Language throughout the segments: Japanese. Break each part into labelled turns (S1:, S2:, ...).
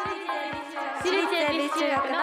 S1: 私立恵比寿中学の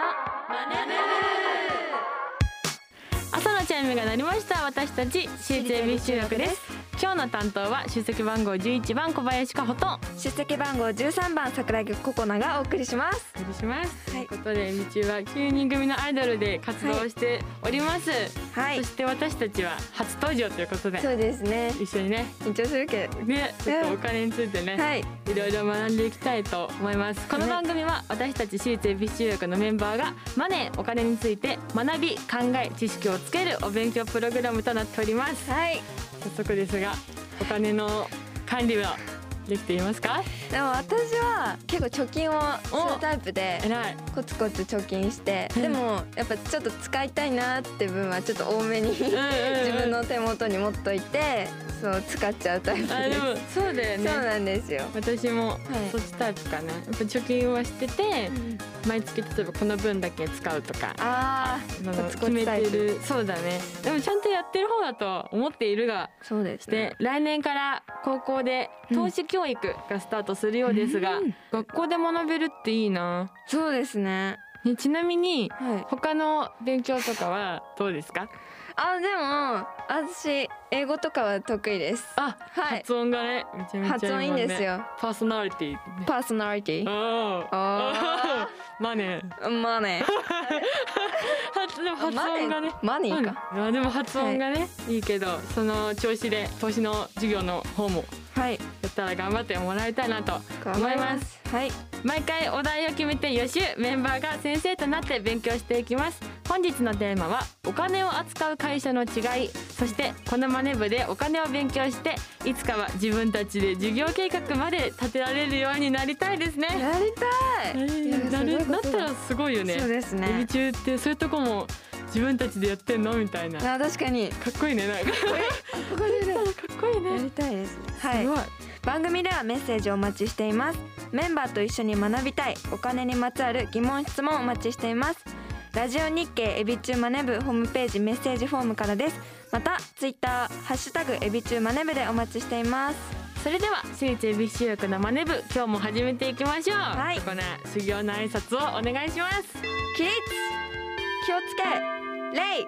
S2: 朝のチャイムが鳴りました。私たち私立恵比寿中学です。今日の担当は出席番号11番小林香穂と
S1: 出席番号13番桜木ココナがお送りします。
S2: お送りします、
S1: はい、
S2: ということで恵比寿は9人組のアイドルで活動しております、
S1: はい、
S2: そして私たちは初登場ということで、
S1: そうですね、
S2: 一緒にね
S1: 緊張するけど
S2: ね、ちょっとお金についてね、
S1: はい、
S2: いろいろ学んでいきたいと思います。この番組は私たち私立恵比寿中学のメンバーがマネーお金について学び考え知識をつけるお勉強プログラムとなっております。
S1: はい、
S2: 早速ですがお金の管理はできていますか？
S1: でも私は結構貯金をするタイプでコツコツ貯金して、でもやっぱちょっと使いたいなって分はちょっと多めに自分の手元に持っといて、そう使っちゃうタイプです。
S2: あ、でもそうだよね。
S1: そうなんですよ。
S2: 私もそっちタイプかな。やっぱ貯金はしてて、毎月例えばこの分だけ使うとか決めてる。そうだね。でもちゃんとやってる方だと思っているが、
S1: そうですね。
S2: で来年から高校で投資教育がスタートするようですが、学校で学べるっていいな。
S1: そうですね。
S2: ちなみに、他の勉強とかはどうですか？
S1: あ、でも私英語とかは得意です。
S2: あ、はい、発音がねめちゃめちゃいいもんね。
S1: 発音いいんですよ。
S2: パーソナリティ、ね、
S1: パーソナリティ。
S2: マネー
S1: マネー
S2: でも発音がね
S1: マネーか。
S2: でも発音がね、いいけど、その調子で投資の授業の方もやったら頑張ってもらいたいなと思います。
S1: はい、
S2: 毎回お題を決めて予習、メンバーが先生となって勉強していきます。本日のテーマはお金を扱う会社の違い、そしてこのマネ部でお金を勉強していつかは自分たちで事業計画まで立てられるようになりたいですね。
S1: やりたい。
S2: なったらすごいよね。
S1: そうですね。
S2: エビ中ってそういうとこも自分たちでやってんのみたいな。
S1: あ、確かに
S2: かっこいいね。なんかかっこいいね。
S1: やりたいですね。はい、
S2: すごい。
S1: 番組ではメッセージをお待ちしています。メンバーと一緒に学びたいお金にまつわる疑問質問をお待ちしています。ラジオ日経エビチューマネ部ホームページメッセージフォームからです。またツイッターハッシュタグエビチューマネ部でお待ちしています。
S2: それでは私立恵比寿中学のマネ部、今日も始めていきましょう。
S1: はい、
S2: この修行の挨拶をお願いします。
S1: 起立、気をつけ、礼。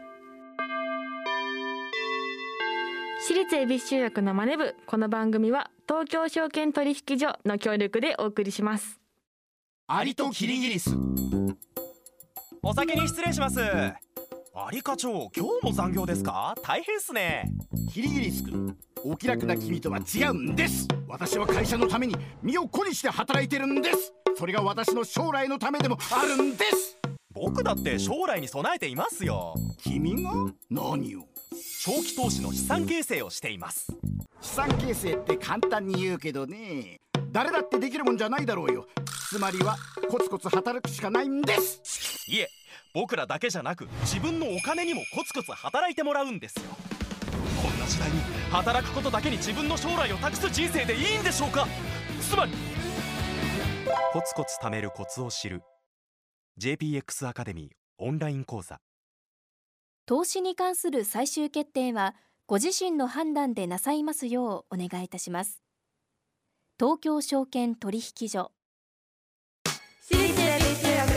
S2: 私立恵比寿中学のマネ部、この番組は東京証券取引所の協力でお送りします。
S3: アリとキリギリス、お先に失礼します。アリ課長、今日も残業ですか？大変っすね。
S4: キリギリス君、お気楽な君とは違うんです。私は会社のために身を粉にして働いてるんです。それが私の将来のためでもあるんです。
S3: 僕だって将来に備えていますよ。
S4: 君が何を？
S3: 長期投資の資産形成をしています。
S4: 資産形成って簡単に言うけどね、誰だってできるもんじゃないだろうよ。つまりはコツコツ働くしかないんです。
S3: いえ、僕らだけじゃなく自分のお金にもコツコツ働いてもらうんですよ。こんな時代に働くことだけに自分の将来を託す人生でいいんでしょうか？つまりコツコツ貯めるコツを知る JPX アカデミーオンライン講座。
S5: 投資に関する最終決定はご自身の判断でなさいますようお願いいたします。東京証券取引所。
S1: 私立恵比寿中学の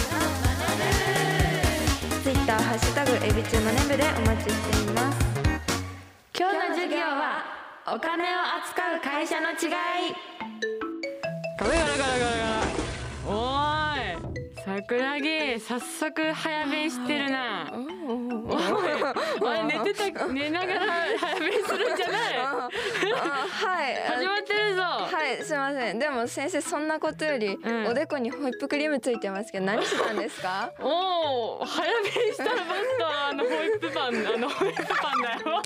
S1: ツイッターハッシュタグエビチューマネ部でお待ちしています。
S2: 今日の授業はお金を扱う会社の違い。ガラガラガラガラガラ。おーい桜木、早速早弁してるな。おい寝ながら早弁するんじゃない。
S1: はい、
S2: 始まってるぞ。
S1: はい、すいません。でも先生、そんなことより、おでこにホイップクリームついてますけど何してたんですか？
S2: おお、早弁したらバスタホイップパン、ホイップパンだよ。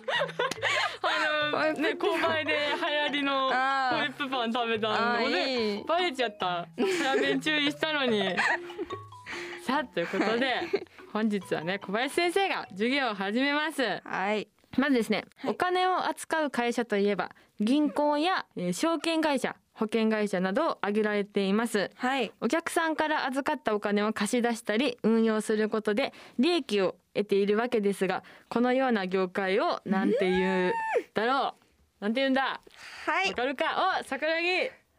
S2: 購買で流行りのホイップパン食べたのでバレちゃった。早弁注意したのに。さあということで本日はね、小林先生が授業を始めます。
S1: はい。
S2: まずですね、お金を扱う会社といえば銀行や証券会社、保険会社などを挙げられています。
S1: はい。
S2: お客さんから預かったお金を貸し出したり運用することで利益を得ているわけですが、このような業界をなんて言うだろう。なんて言うんだ。
S1: はい。
S2: わかるか？お、桜木。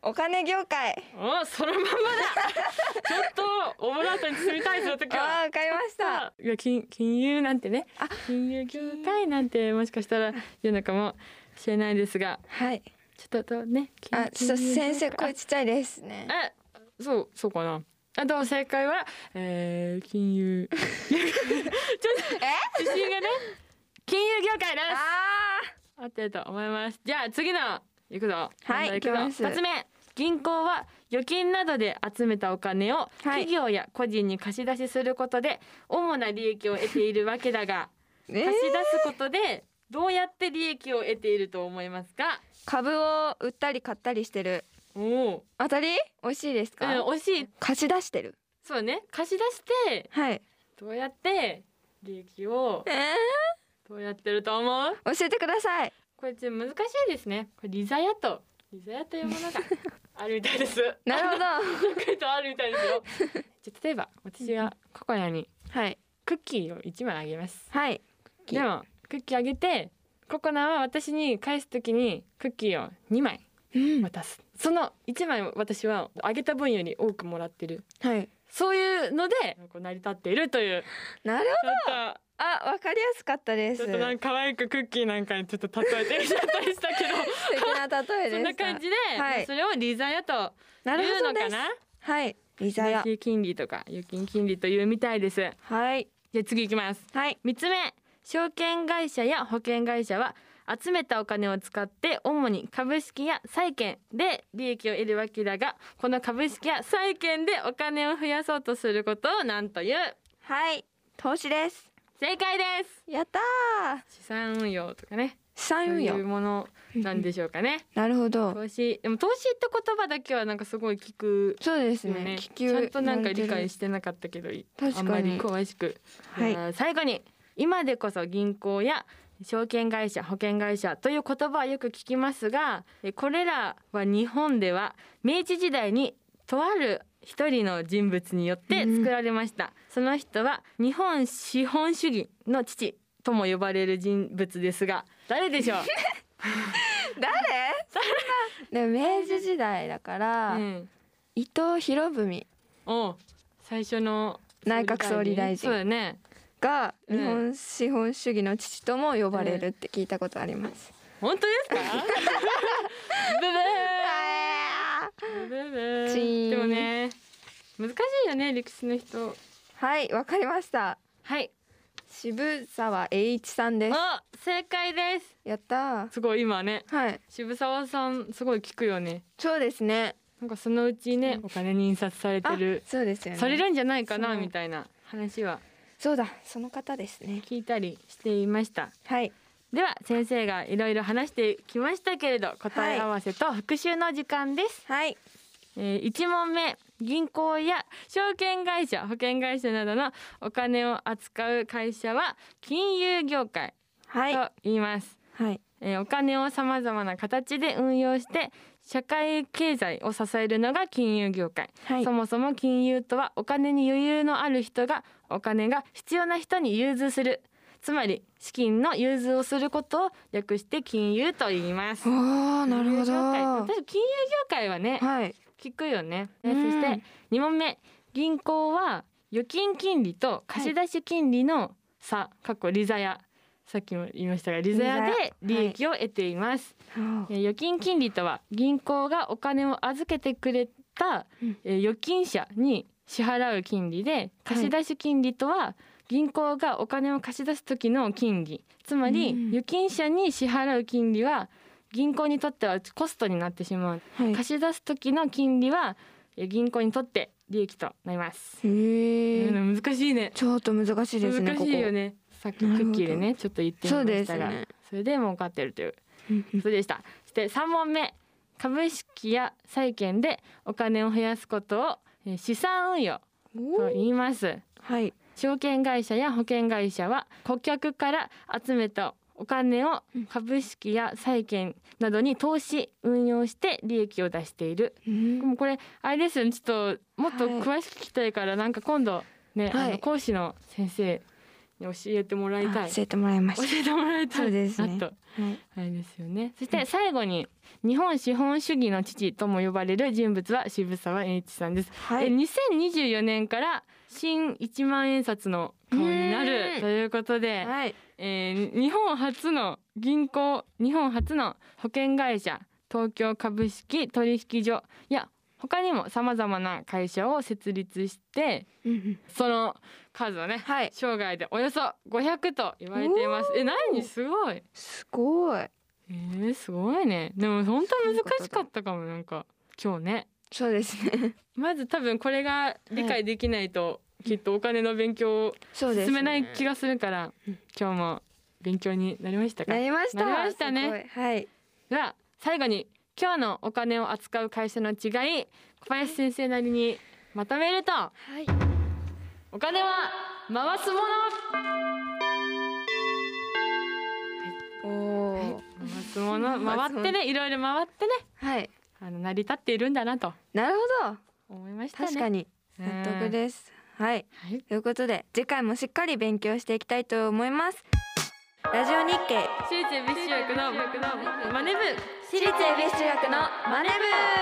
S1: お金業界。
S2: お、そのままだ。ちょっとオブラートに包みたいその時は。
S1: わかりました。
S2: いや金融なんてね、金融業界なんてもしかしたら言うのかもしれないですが、
S1: はい。
S2: ちょっとね。
S1: ちょっと先生声ちっちゃいですね。
S2: そうかな。あと正解は、金融。ちょっと自信がね、金融業界です。合ってると思います。じゃあ次のいくぞ。
S1: はい、行きます。
S2: 2つ目、銀行は預金などで集めたお金を企業や個人に貸し出しすることで主な利益を得ているわけだが、貸し出すことでどうやって利益を得ていると思いますか？
S1: 株を売ったり買ったりしてる。当たり？惜しいですか？
S2: 惜しい。
S1: 貸し出してる。
S2: そうね、貸し出して、
S1: はい。
S2: どうやって利益を、どうやってると思う？
S1: 教えてください。
S2: これちょっと難しいですね。これリザヤというものがあるみたいです。
S1: なるほど。
S2: あるみたいですよ。じゃ例えば私がココナに
S1: はい
S2: クッキーを1枚あげます。
S1: はい。
S2: でもクッキーあげて、ココナは私に返すときにクッキーを2枚渡す。その1枚私はあげた分より多くもらってる。
S1: はい。
S2: そういうので成り立っているという。
S1: なるほど。わかりやすかったです。
S2: ちょっとなんか可愛くクッキーなんかにちょっと例えてみちゃったりしたけど
S1: 素敵な例えでした。
S2: そんな感じで、それをリザヤというのかな。
S1: はい、リザヤ。
S2: 金利とか預金金利というみたいです。
S1: はい。
S2: じゃあ次いきます。
S1: はい。
S2: 3つ目、証券会社や保険会社は集めたお金を使って主に株式や債券で利益を得るわけだが、この株式や債券でお金を増やそうとすることを何という？
S1: はい、投資です。
S2: 正解です。
S1: やったー。
S2: 資産運用とかね、
S1: 資産運用
S2: そういうものなんでしょうかね。
S1: なるほど。
S2: 投資、でも投資って言葉だけはなんかすごい聞く。
S1: そうですね。
S2: ちゃんとなんか理解してなかったけど、あんまり詳しく。はい。最後に、今でこそ銀行や証券会社、保険会社という言葉はよく聞きますが、これらは日本では明治時代にとある一人の人物によって作られました。その人は日本資本主義の父とも呼ばれる人物ですが、誰でしょう？
S1: 誰？でも明治時代だから、伊藤博文。
S2: 最初の
S1: 内閣総理大臣。
S2: そうだね。
S1: が日本資本主義の父とも呼ばれるって聞いたことあります。
S2: 本当ですか？でもね、難しいよね、歴史の人。
S1: はい、わかりました。
S2: はい、
S1: 渋沢栄一さんです。
S2: 正解です。
S1: やったー。
S2: すごい今ね、
S1: はい、
S2: 渋沢さんすごい聞くよね。
S1: そうですね。
S2: なんかそのうちね、お金に印刷されてる、
S1: そうですよね、
S2: されるんじゃないかなみたいな話は、
S1: そうだ、その方ですね、
S2: 聞いたりしていました。
S1: はい。
S2: では先生がいろいろ話してきましたけれど、答え合わせと復習の時間です。
S1: はい。
S2: 1問目、銀行や証券会社、保険会社などのお金を扱う会社は金融業界と言います。
S1: はい。
S2: お金をさまざまな形で運用して社会経済を支えるのが金融業界。はい、そもそも金融とはお金に余裕のある人がお金が必要な人に融通する。つまり資金の融通をすることを略して金融と言います。
S1: なるほど。
S2: 私金融業界はね、はい、聞くよね。そして2問目、銀行は預金金利と貸出金利の差、利ザヤ、さっきも言いましたが利ザヤで利益を得ています。預金金利とは銀行がお金を預けてくれた、預金者に支払う金利で、貸出金利とは銀行がお金を貸し出す時の金利、つまり預金者に支払う金利は銀行にとってはコストになってしまう、貸し出す時の金利は銀行にとって利益となります。難しいね。
S1: ちょっと難しいですね。
S2: 難しいよね。さっきクッキーでねちょっと言ってみましたが、それで儲かってるということでした。そして3問目、株式や債券でお金を増やすことを資産運用と言います。はい。証券会社や保険会社は顧客から集めたお金を株式や債券などに投資運用して利益を出している。でもこれあれですよね、ちょっともっと詳しく聞きたいから、なんか今度ね、講師の先生教えてもらいたい。
S1: 教えてもらいました。
S2: 教えてもらいたい。
S1: そうですね。
S2: あと
S1: はい
S2: あれですよね。そして最後に日本資本主義の父とも呼ばれる人物は渋沢栄一さんです。
S1: はい
S2: 2024年から新1万円札の顔になるということで、
S1: はい
S2: 日本初の銀行、日本初の保険会社東京株式取引所や他にもさまざまな会社を設立して、その数はね、
S1: はい
S2: 生涯でおよそ500と言われています。何すごい。
S1: すごい。
S2: すごいね。でも本当難しかったかも。なんか今日ね、
S1: そうですね。
S2: まず多分これが理解できないと、きっとお金の勉強を
S1: そうですね。
S2: 進めない気がするから、今日も勉強になりましたか？
S1: なりました。
S2: なりましたね。
S1: すごいはい。
S2: では最後に今日のお金を扱う会社の違い、小林先生なりにまとめると、お金は回すもの、
S1: おお。
S2: 回すもの、回ってね、いろいろ回ってね、
S1: はい。
S2: 成り立っているんだなと
S1: なるほど。
S2: 思いましたね。
S1: 確かに納得です。はい。ということで次回もしっかり勉強していきたいと思います。ラジオ日経
S2: 私立恵比寿中学のマネ部、
S1: 私立恵比寿中学のマネ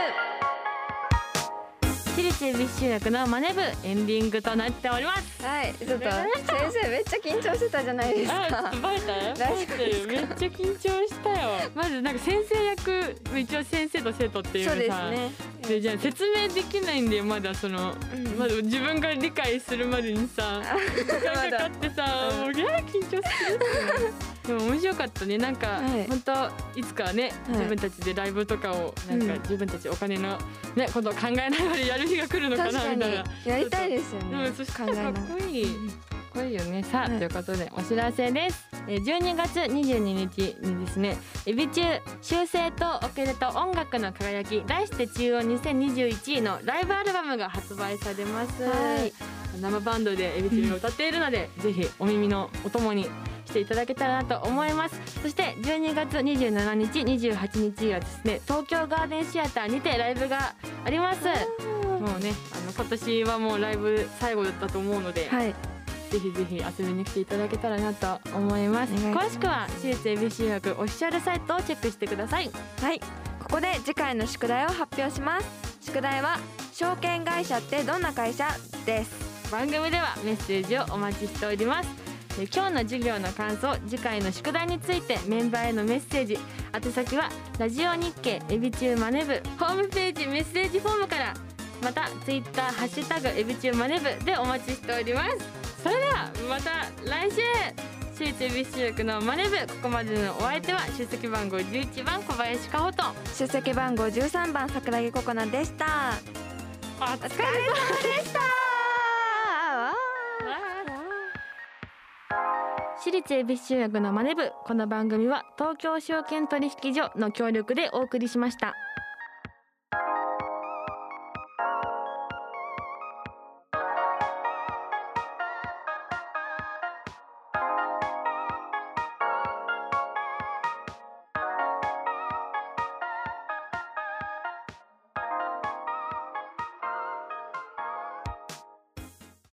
S2: 私立恵比寿中学のマネ部エンディングとなっております。
S1: 部。はい。ちょっと先生めっちゃ緊張してたじゃないです
S2: あ、ちょ
S1: か
S2: っと。バレた？
S1: 大丈夫
S2: バレたよ。めっちゃ緊張したよ。まずなんか先生役、一応先生と生徒っていう
S1: そうです
S2: さ、
S1: ね。
S2: でじゃあ説明できないんだよ。まだその、まだ自分が理解するまでにさ、時間かかってさ、もう緊張する。でも面白かったね。なんか、
S1: はい
S2: 本当いつかね、自分たちでライブとかをなんか、自分たちお金のねことを考えながらやる日が来るのかな
S1: 確かに
S2: みたいな。
S1: やりたいですよ
S2: でも
S1: ね。
S2: そしたらかっこいい。かっこいいよね。さあ、
S1: はい
S2: ということでお知らせです。12月22日にですね、エビ中修正とオケルと音楽の輝き題して中央2021のライブアルバムが発売されます。
S1: はい
S2: 生バンドでエビ中が歌っているので、ぜひお耳のお供にしていただけたらなと思います。そして12月27日28日はですね、東京ガーデンシアターにてライブがあります。もうね、今年はもうライブ最後だったと思うので、
S1: はい。
S2: ぜひぜひ遊びに来ていただけたらなと思います。
S1: お願いします
S2: 詳しくは私立恵比寿中学オフィシャルサイトをチェックしてください。
S1: はい。ここで次回の宿題を発表します。宿題は証券会社ってどんな会社です。
S2: 番組ではメッセージをお待ちしております。今日の授業の感想、次回の宿題についてメンバーへのメッセージ、宛先はラジオ日経エビ中マネ部ホームページメッセージフォームから、またツイッターハッシュタグエビ中マネ部でお待ちしております。それではまた来週。私立恵比寿中学のマネ部、ここまでのお相手は出席番号11番小林香穂と
S1: 出席番号13番桜木ココナでした。
S2: お疲れ様でした私立恵比寿中学のマネ部、この番組は東京証券取引所の協力でお送りしました。